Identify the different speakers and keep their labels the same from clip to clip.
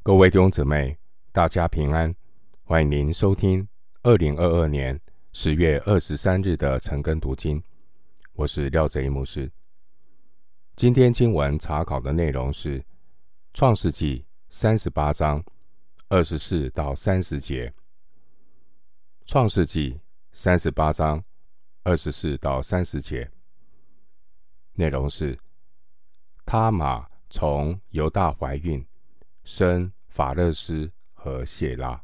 Speaker 1: 各位弟兄姊妹，大家平安，欢迎您收听2022年10月23日的晨更读经。我是廖哲一牧师。今天经文查考的内容是创世纪38章24到30节。创世纪38章24到30节，内容是他玛从犹大怀孕，生法勒斯和谢拉。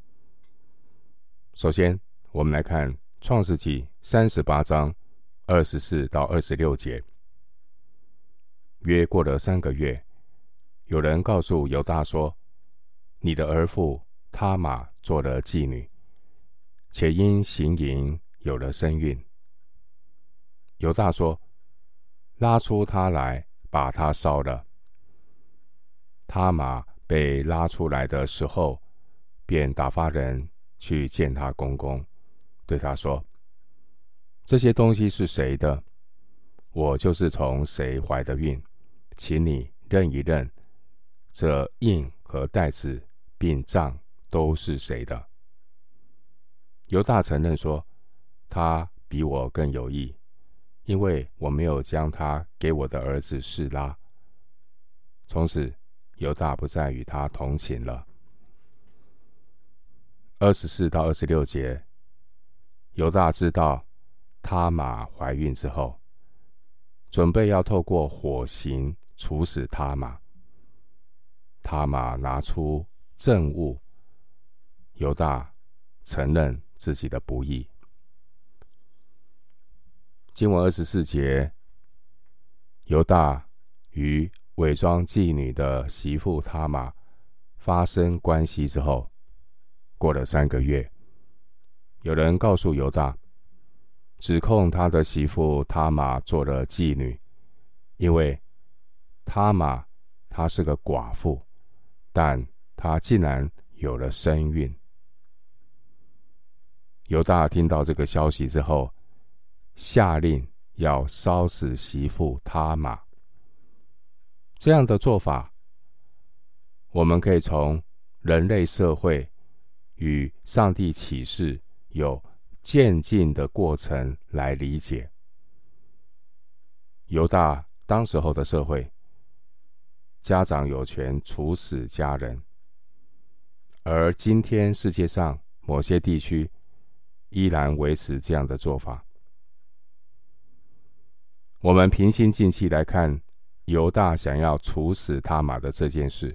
Speaker 1: 首先，我们来看创世纪38章24到26节。约过了3个月，有人告诉犹大说：“你的儿妇他玛做了妓女，且因行淫有了身孕。”犹大说：“拉出她来，把她烧了。”他玛被拉出来的时候，便打发人去见他公公，对他说：“这些东西是谁的？我就是从谁怀的孕，请你认一认，这印和带子并杖都是谁的？”犹大承认说：“他比我更有义，因为我没有将他给我的儿子示拉。”从此犹大不再与他同寝了。24到26节，犹大知道他玛怀孕之后，准备要透过火刑处死他玛。他玛拿出证物，犹大承认自己的不义。经文24节，犹大与伪装妓女的媳妇他玛发生关系之后，过了3个月，有人告诉犹大，指控他的媳妇他玛做了妓女，因为他玛她是个寡妇，但她竟然有了身孕。犹大听到这个消息之后，下令要烧死媳妇他玛。这样的做法，我们可以从人类社会与上帝启示有渐进的过程来理解。犹大当时候的社会，家长有权处死家人，而今天世界上某些地区依然维持这样的做法。我们平心静气来看犹大想要处死他玛的这件事，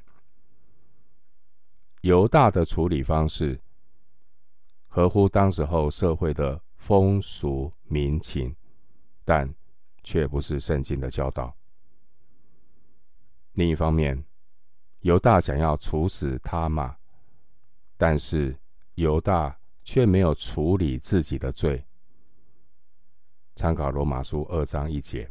Speaker 1: 犹大的处理方式合乎当时候社会的风俗民情，但却不是圣经的教导。另一方面，犹大想要处死他玛，但是犹大却没有处理自己的罪。参考罗马书2章1节。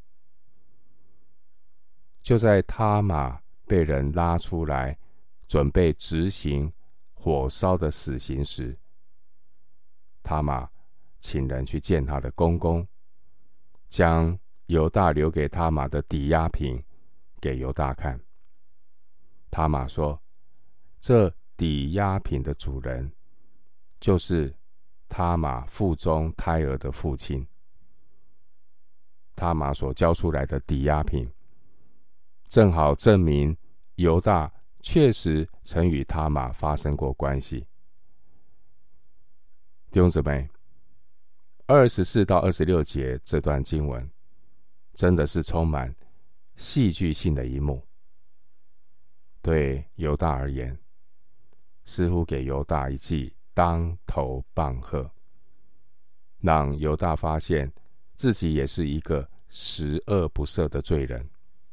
Speaker 1: 就在他玛被人拉出来准备执行火烧的死刑时，他玛请人去见他的公公，将犹大留给他玛的抵押品给犹大看。他玛说，这抵押品的主人就是他玛腹中胎儿的父亲。他玛所交出来的抵押品正好证明犹大确实曾与他玛发生过关系。弟兄姊妹，24到26节这段经文真的是充满戏剧性的一幕。对犹大而言，似乎给犹大一记当头棒喝，让犹大发现自己也是一个十恶不赦的罪人。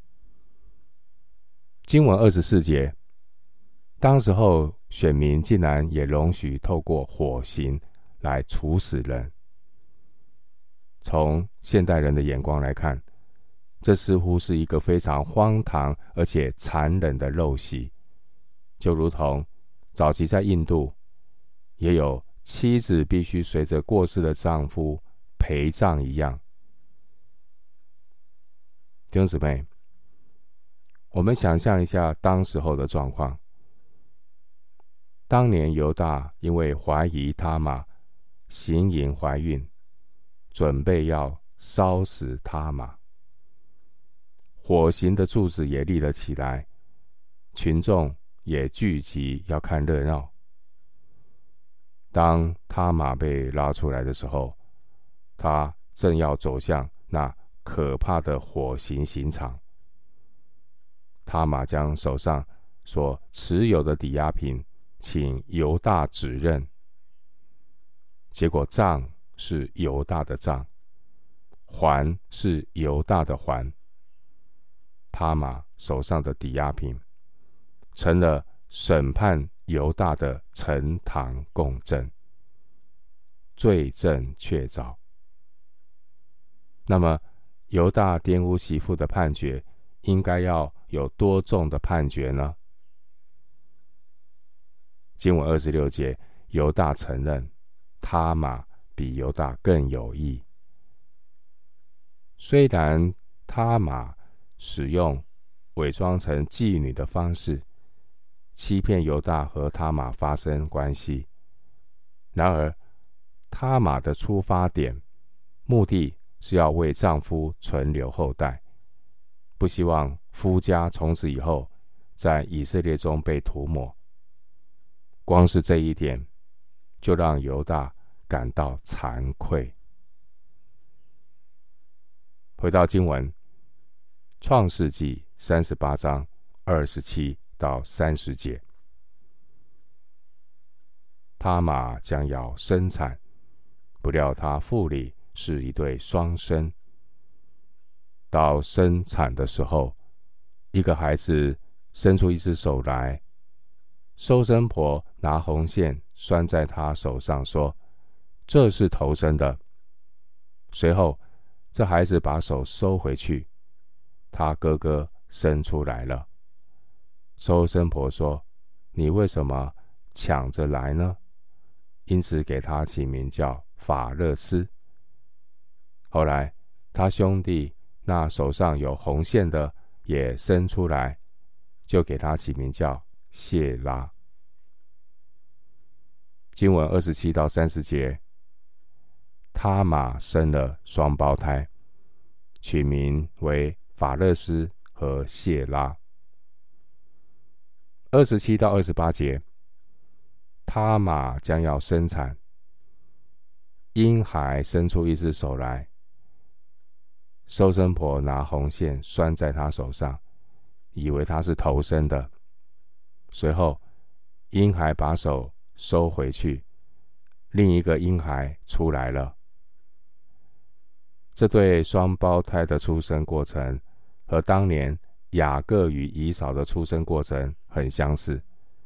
Speaker 1: 经文24节，当时候选民竟然也容许透过火刑来处死人。从现代人的眼光来看，这似乎是一个非常荒唐而且残忍的陋习，就如同早期在印度也有妻子必须随着过世的丈夫陪葬一样。弟兄姊妹，我们想象一下当时候的状况， 当年犹大因为怀疑他玛行淫怀孕，准备要烧死他玛。火刑的柱子也立了起来，群众也聚集要看热闹。当他玛被拉出来的时候，他正要走向那可怕的火刑刑场。他玛将手上所持有的抵押品请犹大指认，结果账是犹大的账，还是犹大的还。他玛手上的抵押品成了审判犹大的呈堂供证，罪证确凿。那么犹大玷污媳妇的判决应该要有多重的判决呢？经文26节，犹大承认他玛比犹大更有义。虽然他玛使用伪装成妓女的方式欺骗犹大和他玛发生关系，然而他玛的出发点目的是要为丈夫存留后代，不希望夫家从此以后在以色列中被涂抹。光是这一点就让犹大感到惭愧。回到经文，创世纪38章27到30节，他玛将要生产，不料她腹里是一对双生。到生产的时候，一个孩子伸出一只手来，收生婆拿红线拴在他手上，说：“这是头生的。”随后，这孩子把手收回去，他哥哥生出来了。收生婆说：“你为什么抢着来呢？”因此给他起名叫法勒斯。后来他兄弟那手上有红线的也生出来，就给他起名叫谢拉。经文27到30节，他玛生了双胞胎，取名为法勒斯和谢拉。27到28节，他玛将要生产，婴孩伸出一只手来，收生婆拿红线拴在他手上，以为他是头生的。随后婴孩把手收回去，另一个婴孩出来了。这对双胞胎的出生过程和当年雅各与以扫的出生过程很相似。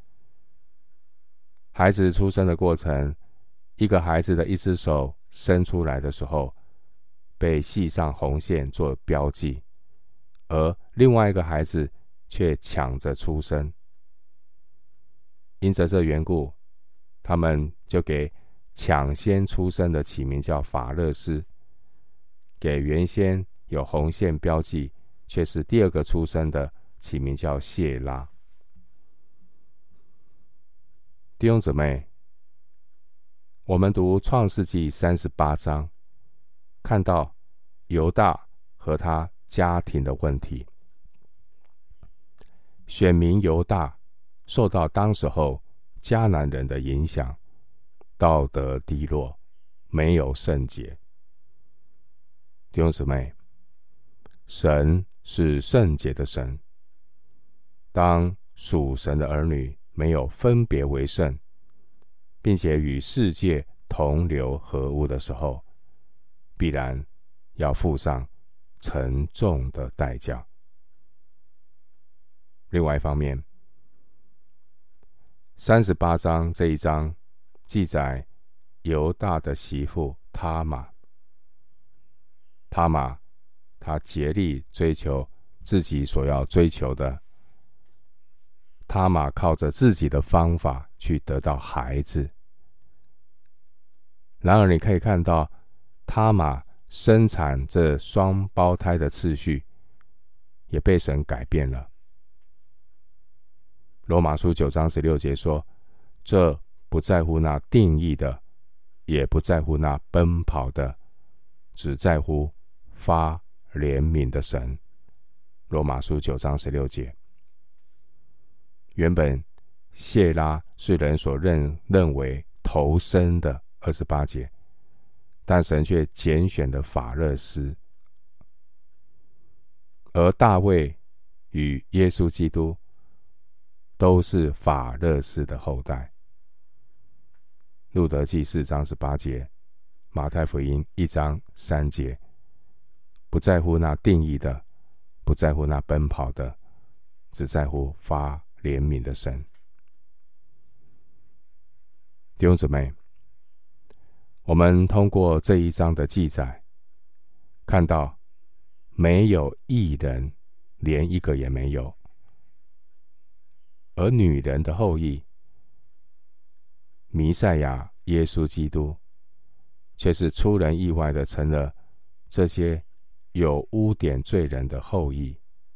Speaker 1: 孩子出生的过程，一个孩子的一只手伸出来的时候，被系上红线做标记，而另外一个孩子却抢着出生。因着这缘故，他们就给抢先出生的起名叫法勒斯，给原先有红线标记却是第二个出生的起名叫谢拉。弟兄姊妹，我们读创世纪38章，看到犹大和他家庭的问题。选民犹大受到当时候迦南人的影响，道德低落，没有圣洁。弟兄姊妹，神是圣洁的神，当属神的儿女没有分别为圣，并且与世界同流合污的时候，必然要付上沉重的代价。另外一方面，38章这一章记载犹大的媳妇他玛。他玛，他竭力追求自己所要追求的。他玛靠着自己的方法去得到孩子。然而你可以看到，他玛生产这双胞胎的次序也被神改变了。罗马书9章16节说， 这不在乎那定义的，也不在乎那奔跑的，只在乎发怜悯的神。罗马书9章16节。原本谢拉是人所认为头生的28节，但神却拣选了法勒斯。而大卫与耶稣基督都是法勒斯的后代。路德记4章18节，马太福音1章3节。不在乎那定义的，不在乎那奔跑的，只在乎发怜悯的神。弟兄姊妹，我们通过这一章的记载，看到没有义人，连一个也没有。而女人的后裔弥赛亚耶稣基督，却是出人意外的成了这些有污点罪人的后裔。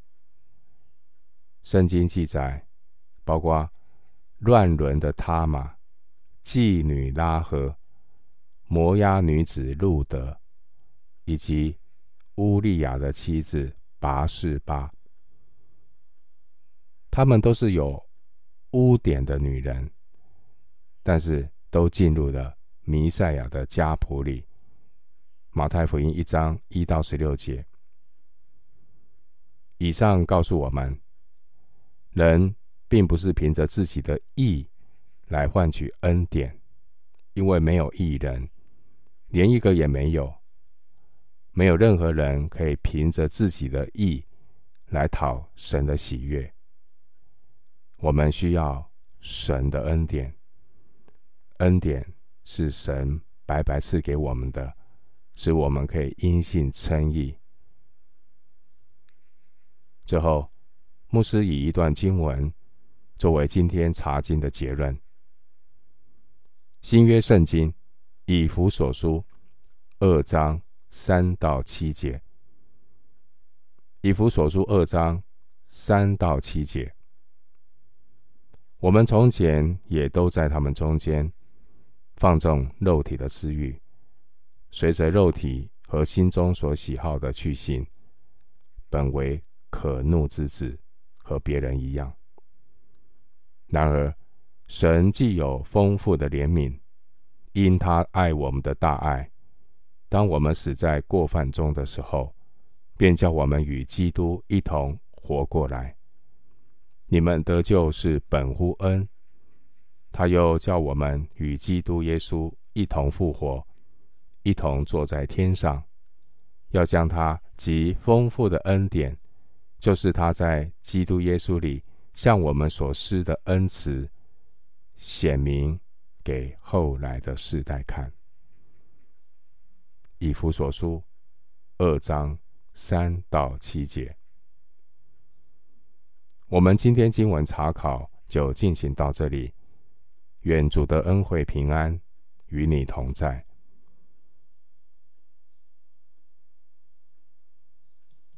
Speaker 1: 圣经记载，包括乱伦的他玛、妓女拉合、摩押女子路德，以及乌利亚的妻子拔示巴，她们都是有污点的女人，但是都进入了弥赛亚的家谱里。马太福音1章1到16节。以上告诉我们，人并不是凭着自己的义来换取恩典，因为没有义人，连一个也没有。没有任何人可以凭着自己的义来讨神的喜悦。我们需要神的恩典，恩典是神白白赐给我们的，使我们可以因信称义。最后，牧师以一段经文作为今天查经的结论。新约圣经以弗所书2章3到7节。以弗所书2章3到7节。我们从前也都在他们中间放纵肉体的私欲，随着肉体和心中所喜好的去行，本为可怒之子，和别人一样。然而神既有丰富的怜悯，因他爱我们的大爱，当我们死在过犯中的时候，便叫我们与基督一同活过来。你们得救是本乎恩，他又叫我们与基督耶稣一同复活，一同坐在天上，要将他极丰富的恩典，就是他在基督耶稣里向我们所施的恩慈，显明给后来的世代看。以弗所书2章3到7节。我们今天经文查考就进行到这里，愿主的恩惠平安与你同在。